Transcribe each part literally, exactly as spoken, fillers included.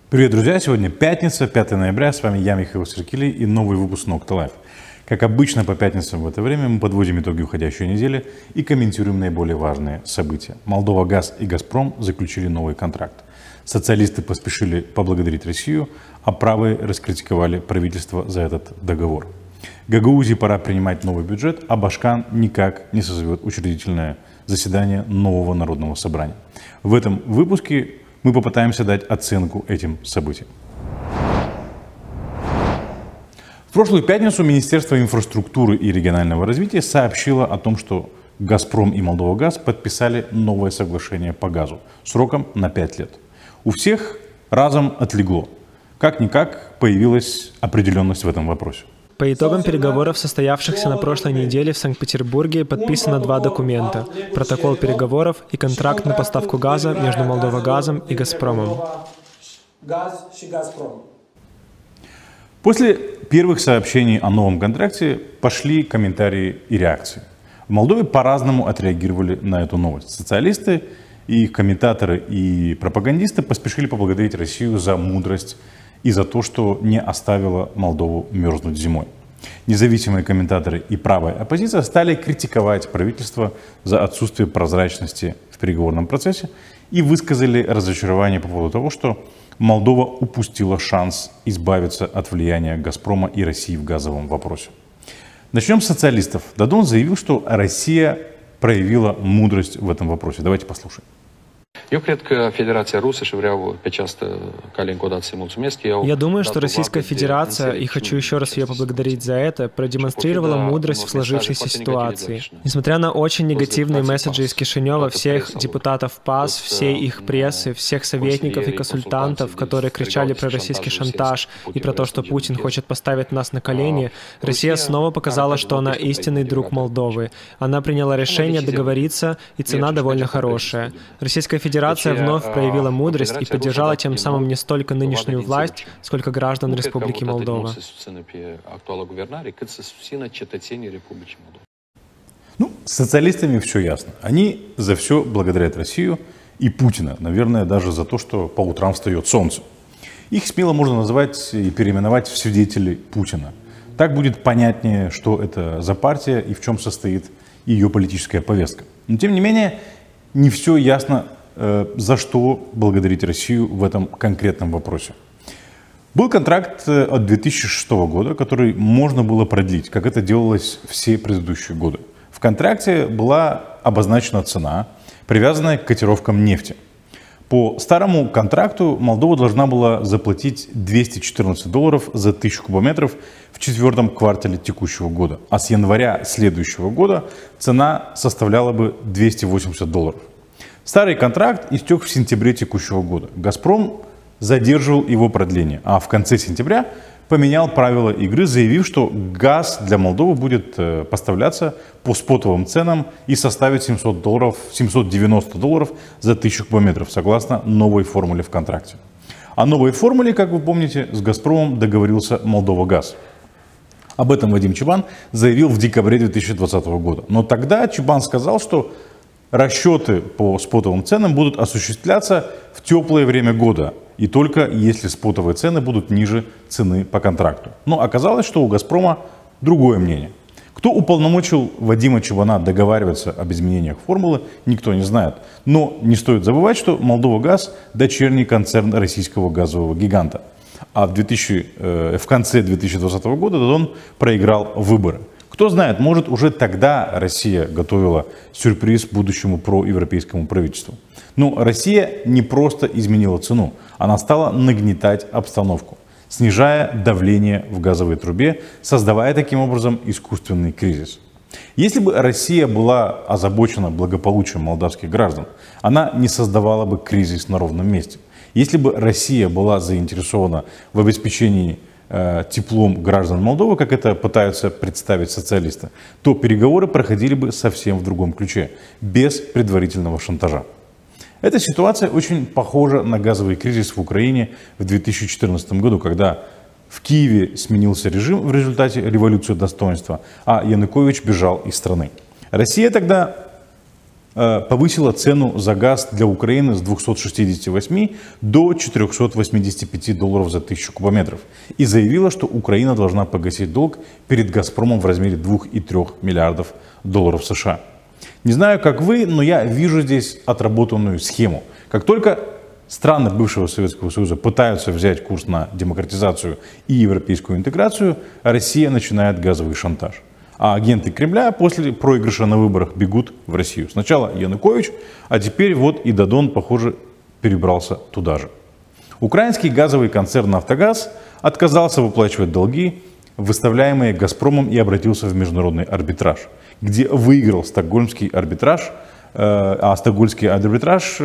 Привет, друзья! Сегодня пятница, пятое ноября. С вами я, Михаил Серкилий, и новый выпуск Nokta Live. Как обычно, по пятницам в это время мы подводим итоги уходящей недели и комментируем наиболее важные события. Молдова Газ и Газпром заключили новый контракт. Социалисты поспешили поблагодарить Россию, а правые раскритиковали правительство за этот договор. Гагаузии пора принимать новый бюджет, а Башкан никак не созовет учредительное заседание нового народного собрания. В этом выпуске мы попытаемся дать оценку этим событиям. В прошлую пятницу Министерство инфраструктуры и регионального развития сообщило о том, что Газпром и Молдова Газ подписали новое соглашение по газу сроком на пять лет. У всех разом отлегло. Как-никак появилась определенность в этом вопросе. По итогам переговоров, состоявшихся на прошлой неделе в Санкт-Петербурге, подписано два документа – протокол переговоров и контракт на поставку газа между Молдова Газом и Газпромом. После первых сообщений о новом контракте пошли комментарии и реакции. В Молдове по-разному отреагировали на эту новость. Социалисты, и их комментаторы и пропагандисты поспешили поблагодарить Россию за мудрость и за то, что не оставила Молдову мерзнуть зимой. Независимые комментаторы и правая оппозиция стали критиковать правительство за отсутствие прозрачности в переговорном процессе и высказали разочарование по поводу того, что Молдова упустила шанс избавиться от влияния Газпрома и России в газовом вопросе. Начнем с социалистов. Дадон заявил, что Россия проявила мудрость в этом вопросе. Давайте послушаем. Eu cred că Federația Rusă, și vreau pe această cale încă o dată să-i mulțumesc, Я думаю, что Российская Федерация, и хочу еще раз ее поблагодарить за это, продемонстрировала мудрость в сложившейся ситуации. Несмотря на очень негативные месседжи из Кишинева, всех депутатов ПАС, всей их прессы, всех советников и консультантов, которые кричали про российский шантаж и про то, что Путин хочет поставить нас на колени, Россия снова показала, что она истинный друг Молдовы. Она приняла решение договориться, и цена довольно хорошая. Российская Федерация вновь проявила мудрость и поддержала тем самым не столько нынешнюю власть, сколько граждан Республики Молдова. Ну, с социалистами все ясно. Они за все благодарят Россию и Путина. Наверное, даже за то, что по утрам встает солнце. Их смело можно назвать и переименовать в свидетели Путина. Так будет понятнее, что это за партия и в чем состоит ее политическая повестка. Но тем не менее, не все ясно, за что благодарить Россию в этом конкретном вопросе. Был контракт от две тысячи шестого года, который можно было продлить, как это делалось все предыдущие годы. В контракте была обозначена цена, привязанная к котировкам нефти. По старому контракту Молдова должна была заплатить двести четырнадцать долларов за тысячу кубометров в четвертом квартале текущего года, а с января следующего года цена составляла бы двести восемьдесят долларов. Старый контракт истек в сентябре текущего года. «Газпром» задерживал его продление, а в конце сентября поменял правила игры, заявив, что газ для Молдовы будет поставляться по спотовым ценам и составит семьсот долларов, семьсот девяносто долларов за тысячу кубометров, согласно новой формуле в контракте. О новой формуле, как вы помните, с «Газпромом» договорился Молдова Газ. Об этом Вадим Чебан заявил в декабре две тысячи двадцатого года. Но тогда Чебан сказал, что расчеты по спотовым ценам будут осуществляться в теплое время года, и только если спотовые цены будут ниже цены по контракту. Но оказалось, что у «Газпрома» другое мнение. Кто уполномочил Вадима Чебана договариваться об изменениях формулы, никто не знает. Но не стоит забывать, что Молдова Газ – дочерний концерн российского газового гиганта. А в, две тысячи, э, в конце две тысячи двадцатого года он проиграл выборы. Кто знает, может, уже тогда Россия готовила сюрприз будущему проевропейскому правительству. Но Россия не просто изменила цену, она стала нагнетать обстановку, снижая давление в газовой трубе, создавая таким образом искусственный кризис. Если бы Россия была озабочена благополучием молдавских граждан, она не создавала бы кризис на ровном месте. Если бы Россия была заинтересована в обеспечении теплом граждан Молдовы, как это пытаются представить социалисты, то переговоры проходили бы совсем в другом ключе, без предварительного шантажа. Эта ситуация очень похожа на газовый кризис в Украине в две тысячи четырнадцатом году, когда в Киеве сменился режим в результате революции достоинства, а Янукович бежал из страны. Россия тогда повысила цену за газ для Украины с двухсот шестидесяти восьми до четырёхсот восьмидесяти пяти долларов за тысячу кубометров и заявила, что Украина должна погасить долг перед «Газпромом» в размере двух и трёх миллиардов долларов США. Не знаю, как вы, но я вижу здесь отработанную схему. Как только страны бывшего Советского Союза пытаются взять курс на демократизацию и европейскую интеграцию, Россия начинает газовый шантаж. А агенты Кремля после проигрыша на выборах бегут в Россию. Сначала Янукович, а теперь вот и Додон, похоже, перебрался туда же. Украинский газовый концерн «Нафтогаз» отказался выплачивать долги, выставляемые «Газпромом», и обратился в международный арбитраж, где выиграл стокгольмский арбитраж, а стокгольмский арбитраж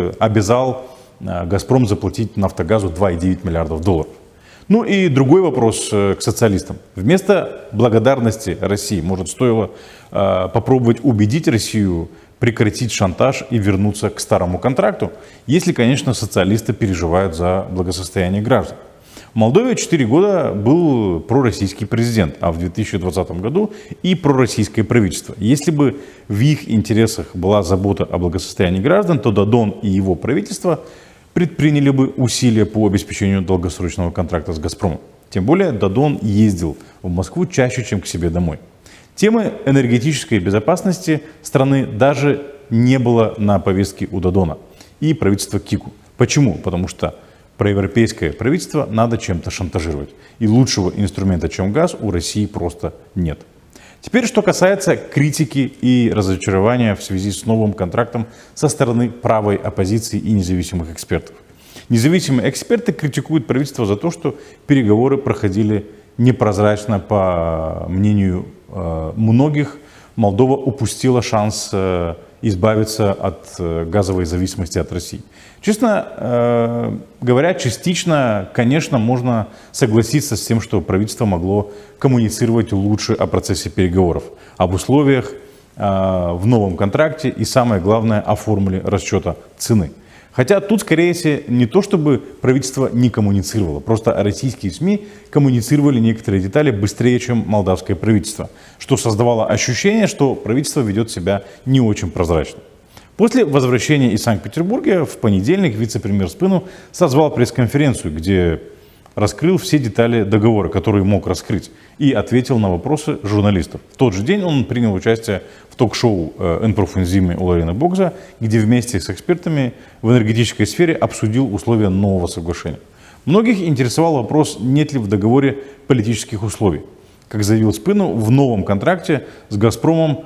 обязал «Газпром» заплатить «Нафтогазу» два и девять миллиардов долларов. Ну и другой вопрос к социалистам. Вместо благодарности России, может, стоило э, попробовать убедить Россию прекратить шантаж и вернуться к старому контракту, если, конечно, социалисты переживают за благосостояние граждан. В Молдове четыре года был пророссийский президент, а в две тысячи двадцатом году и пророссийское правительство. Если бы в их интересах была забота о благосостоянии граждан, то Додон и его правительство предприняли бы усилия по обеспечению долгосрочного контракта с «Газпромом». Тем более Додон ездил в Москву чаще, чем к себе домой. Темы энергетической безопасности страны даже не было на повестке у Додона и правительства Кику. Почему? Потому что проевропейское правительство надо чем-то шантажировать. И лучшего инструмента, чем газ, у России просто нет. Теперь, что касается критики и разочарования в связи с новым контрактом со стороны правой оппозиции и независимых экспертов. Независимые эксперты критикуют правительство за то, что переговоры проходили непрозрачно. По мнению э, многих, Молдова упустила шанс э, избавиться от э, газовой зависимости от России. Честно э, говоря, частично, конечно, можно согласиться с тем, что правительство могло коммуницировать лучше о процессе переговоров, об условиях э, в новом контракте и, самое главное, о формуле расчета цены. Хотя тут, скорее всего, не то, чтобы правительство не коммуницировало, просто российские СМИ коммуницировали некоторые детали быстрее, чем молдавское правительство, что создавало ощущение, что правительство ведет себя не очень прозрачно. После возвращения из Санкт-Петербурга в понедельник вице-премьер Спину созвал пресс-конференцию, где раскрыл все детали договора, которые мог раскрыть, и ответил на вопросы журналистов. В тот же день он принял участие в ток-шоу «Энпрофунзимы» у Ларины Богза, где вместе с экспертами в энергетической сфере обсудил условия нового соглашения. Многих интересовал вопрос, нет ли в договоре политических условий. Как заявил Спину, в новом контракте с «Газпромом»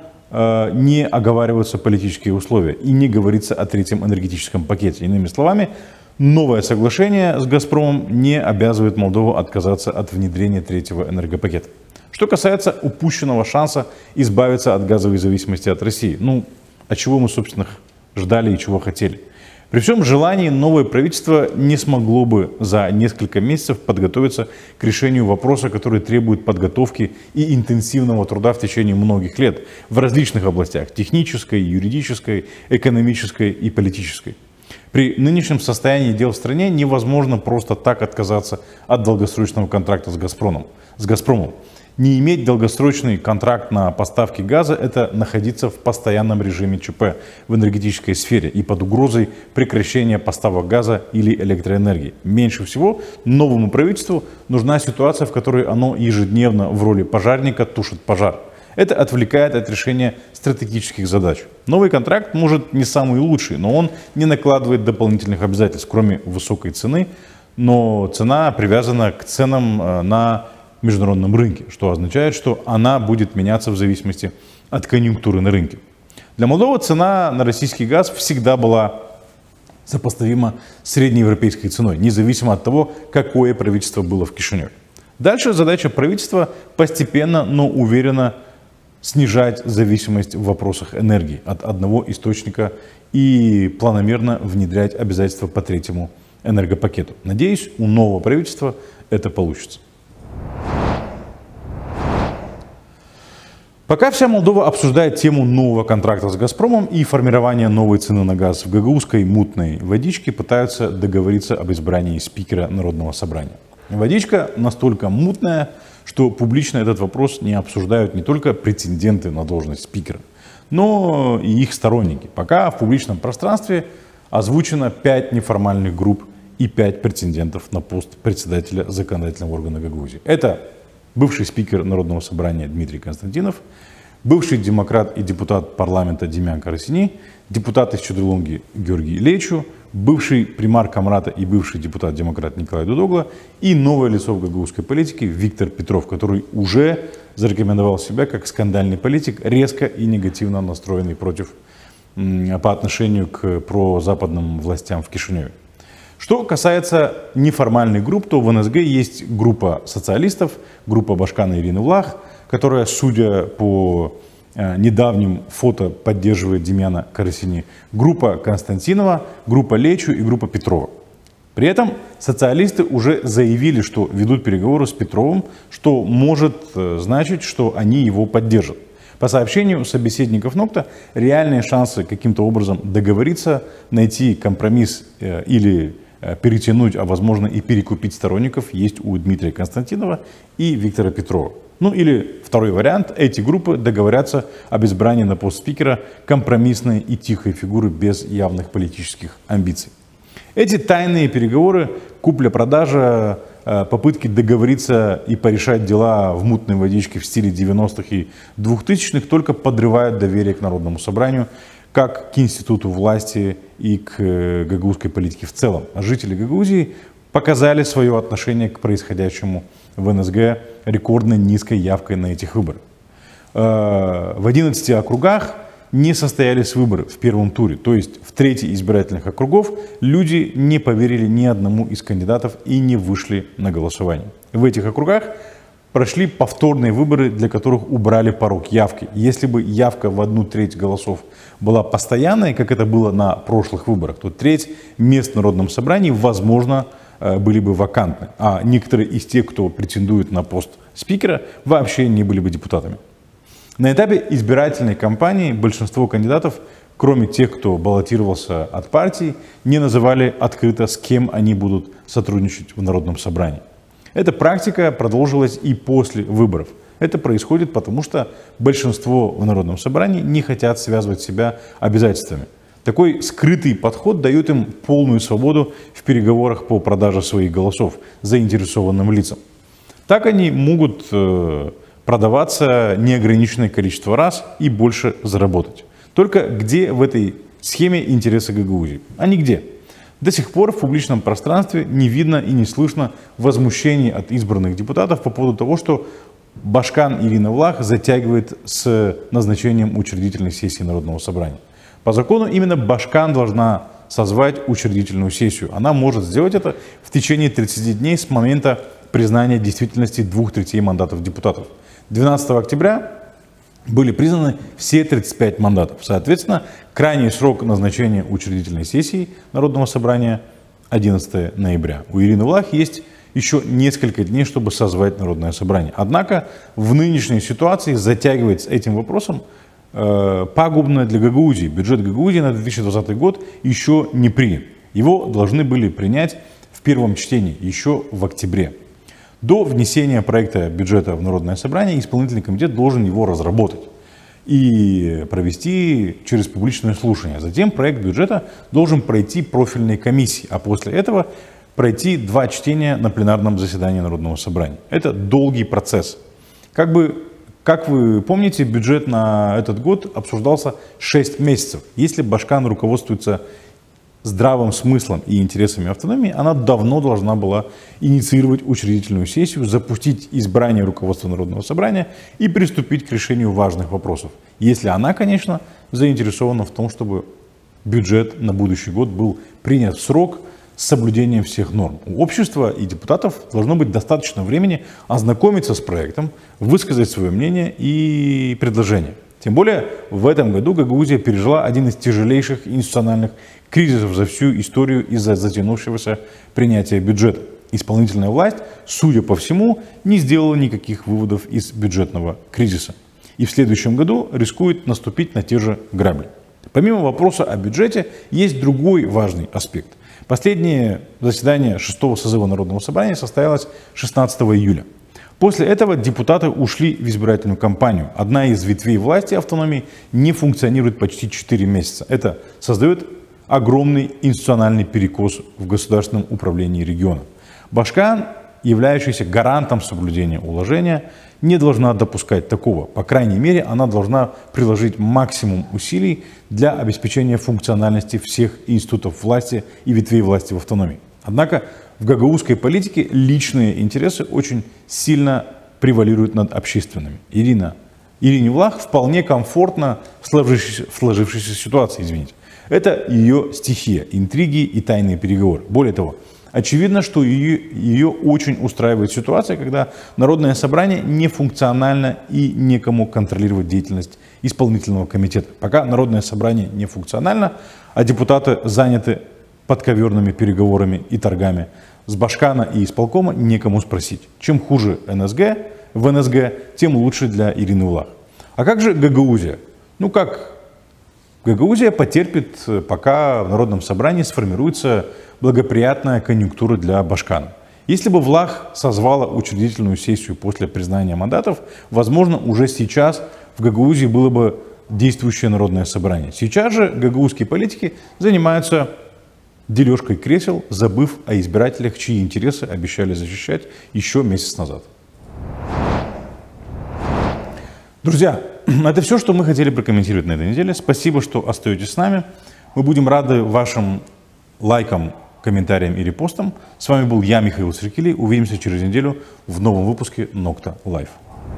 не оговариваются политические условия и не говорится о третьем энергетическом пакете. Иными словами, новое соглашение с «Газпромом» не обязывает Молдову отказаться от внедрения третьего энергопакета. Что касается упущенного шанса избавиться от газовой зависимости от России, ну, а чего мы, собственно, ждали и чего хотели? При всем желании новое правительство не смогло бы за несколько месяцев подготовиться к решению вопроса, который требует подготовки и интенсивного труда в течение многих лет в различных областях – технической, юридической, экономической и политической. При нынешнем состоянии дел в стране невозможно просто так отказаться от долгосрочного контракта с «Газпромом». С «Газпромом». Не иметь долгосрочный контракт на поставки газа – это находиться в постоянном режиме ЧП в энергетической сфере и под угрозой прекращения поставок газа или электроэнергии. Меньше всего новому правительству нужна ситуация, в которой оно ежедневно в роли пожарника тушит пожар. Это отвлекает от решения стратегических задач. Новый контракт может не самый лучший, но он не накладывает дополнительных обязательств, кроме высокой цены, но цена привязана к ценам на международном рынке, что означает, что она будет меняться в зависимости от конъюнктуры на рынке. Для Молдовы цена на российский газ всегда была сопоставима с среднеевропейской ценой, независимо от того, какое правительство было в Кишиневе. Дальше задача правительства постепенно, но уверенно снижать зависимость в вопросах энергии от одного источника и планомерно внедрять обязательства по третьему энергопакету. Надеюсь, у нового правительства это получится. Пока вся Молдова обсуждает тему нового контракта с «Газпромом» и формирования новой цены на газ в гагаузской мутной водичке, пытаются договориться об избрании спикера Народного собрания. Водичка настолько мутная, что публично этот вопрос не обсуждают не только претенденты на должность спикера, но и их сторонники. Пока в публичном пространстве озвучено пять неформальных групп и пять претендентов на пост председателя законодательного органа Гагаузии. Это бывший спикер Народного собрания Дмитрий Константинов, бывший демократ и депутат парламента Демьян Карасини, депутат из Чудилунги Георгий Лечу, бывший примар Камрата и бывший депутат-демократ Николай Дудогла и новое лицо в гагаузской политике Виктор Петров, который уже зарекомендовал себя как скандальный политик, резко и негативно настроенный против, по отношению к прозападным властям в Кишиневе. Что касается неформальных групп, то в эн эс гэ есть группа социалистов, группа Башкана Ирины Влах, которая, судя по э, недавним фото, поддерживает Демьяна Карасини, группа Константинова, группа Лечу и группа Петрова. При этом социалисты уже заявили, что ведут переговоры с Петровым, что может э, значить, что они его поддержат. По сообщению собеседников Нокта, реальные шансы каким-то образом договориться, найти компромисс э, или э, перетянуть, а возможно и перекупить сторонников есть у Дмитрия Константинова и Виктора Петрова. Ну или второй вариант, эти группы договорятся об избрании на пост спикера компромиссной и тихой фигуры без явных политических амбиций. Эти тайные переговоры, купля-продажа, попытки договориться и порешать дела в мутной водичке в стиле девяностых и двухтысячных только подрывают доверие к Народному собранию, как к институту власти и к гагаузской политике в целом. Жители Гагаузии показали свое отношение к происходящему в эн эс гэ рекордно низкой явкой на этих выборах. В одиннадцати округах не состоялись выборы в первом туре, то есть в трети избирательных округов люди не поверили ни одному из кандидатов и не вышли на голосование. В этих округах прошли повторные выборы, для которых убрали порог явки. Если бы явка в одну треть голосов была постоянной, как это было на прошлых выборах, то треть мест в Народном собрании, возможно, были бы вакантны, а некоторые из тех, кто претендует на пост спикера, вообще не были бы депутатами. На этапе избирательной кампании большинство кандидатов, кроме тех, кто баллотировался от партий, не называли открыто, с кем они будут сотрудничать в Народном собрании. Эта практика продолжилась и после выборов. Это происходит потому, что большинство в Народном собрании не хотят связывать себя обязательствами. Такой скрытый подход дает им полную свободу в переговорах по продаже своих голосов заинтересованным лицам. Так они могут э, продаваться неограниченное количество раз и больше заработать. Только где в этой схеме интересы Гагаузии? А нигде. До сих пор в публичном пространстве не видно и не слышно возмущений от избранных депутатов по поводу того, что Башкан Ирина Влах затягивает с назначением учредительной сессии Народного собрания. По закону именно Башкан должна созвать учредительную сессию. Она может сделать это в течение тридцати дней с момента признания действительности двух третей мандатов депутатов. двенадцатого октября были признаны все тридцать пять мандатов. Соответственно, крайний срок назначения учредительной сессии Народного собрания одиннадцатого ноября. У Ирины Влах есть еще несколько дней, чтобы созвать Народное собрание. Однако в нынешней ситуации затягивать с этим вопросом э, пагубно для Гагаузии. Бюджет Гагаузии на две тысячи двадцатый год еще не принят. Его должны были принять в первом чтении еще в октябре. До внесения проекта бюджета в Народное собрание исполнительный комитет должен его разработать и провести через публичное слушание. Затем проект бюджета должен пройти профильные комиссии, а после этого пройти два чтения на пленарном заседании Народного собрания. Это долгий процесс. Как бы, как вы помните, бюджет на этот год обсуждался шесть месяцев. Если Башкан руководствуется здравым смыслом и интересами автономии, она давно должна была инициировать учредительную сессию, запустить избрание руководства Народного собрания и приступить к решению важных вопросов. Если она, конечно, заинтересована в том, чтобы бюджет на будущий год был принят в срок с соблюдением всех норм. У общества и депутатов должно быть достаточно времени ознакомиться с проектом, высказать свое мнение и предложения. Тем более в этом году Гагаузия пережила один из тяжелейших институциональных кризисов за всю историю из-за затянувшегося принятия бюджета. Исполнительная власть, судя по всему, не сделала никаких выводов из бюджетного кризиса. И в следующем году рискует наступить на те же грабли. Помимо вопроса о бюджете, есть другой важный аспект. Последнее заседание шестого созыва Народного собрания состоялось шестнадцатого июля. После этого депутаты ушли в избирательную кампанию. Одна из ветвей власти автономии не функционирует почти четыре месяца. Это создает огромный институциональный перекос в государственном управлении региона. Башкан, являющаяся гарантом соблюдения уложения, не должна допускать такого. По крайней мере, она должна приложить максимум усилий для обеспечения функциональности всех институтов власти и ветвей власти в автономии. Однако в гагаузской политике личные интересы очень сильно превалируют над общественными. Ирина, Ирине Влах вполне комфортно в сложившейся, в сложившейся ситуации, извините. Это ее стихия, интриги и тайные переговоры. Более того, очевидно, что ее, ее очень устраивает ситуация, когда Народное собрание нефункционально и некому контролировать деятельность исполнительного комитета. Пока Народное собрание не функционально, а депутаты заняты подковерными переговорами и торгами, с Башкана и исполкома некому спросить. Чем хуже эн эс гэ в эн эс гэ, тем лучше для Ирины Влах. А как же Гагаузия? Ну как? Гагаузия потерпит, пока в Народном собрании сформируется благоприятная конъюнктура для Башкана. Если бы Влах созвала учредительную сессию после признания мандатов, возможно, уже сейчас в Гагаузии было бы действующее Народное собрание. Сейчас же гагаузские политики занимаются дележкой кресел, забыв о избирателях, чьи интересы обещали защищать еще месяц назад. Друзья, это все, что мы хотели прокомментировать на этой неделе. Спасибо, что остаетесь с нами. Мы будем рады вашим лайкам, комментариям и репостам. С вами был я, Михаил Серкилий. Увидимся через неделю в новом выпуске Nocta Live.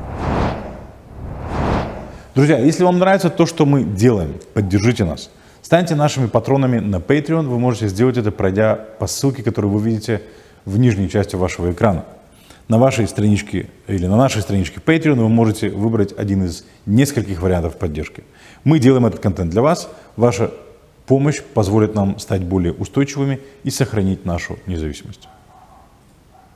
Друзья, если вам нравится то, что мы делаем, поддержите нас. Станьте нашими патронами на Patreon. Вы можете сделать это, пройдя по ссылке, которую вы видите в нижней части вашего экрана. На вашей страничке или на нашей страничке Patreon вы можете выбрать один из нескольких вариантов поддержки. Мы делаем этот контент для вас. Ваша помощь позволит нам стать более устойчивыми и сохранить нашу независимость.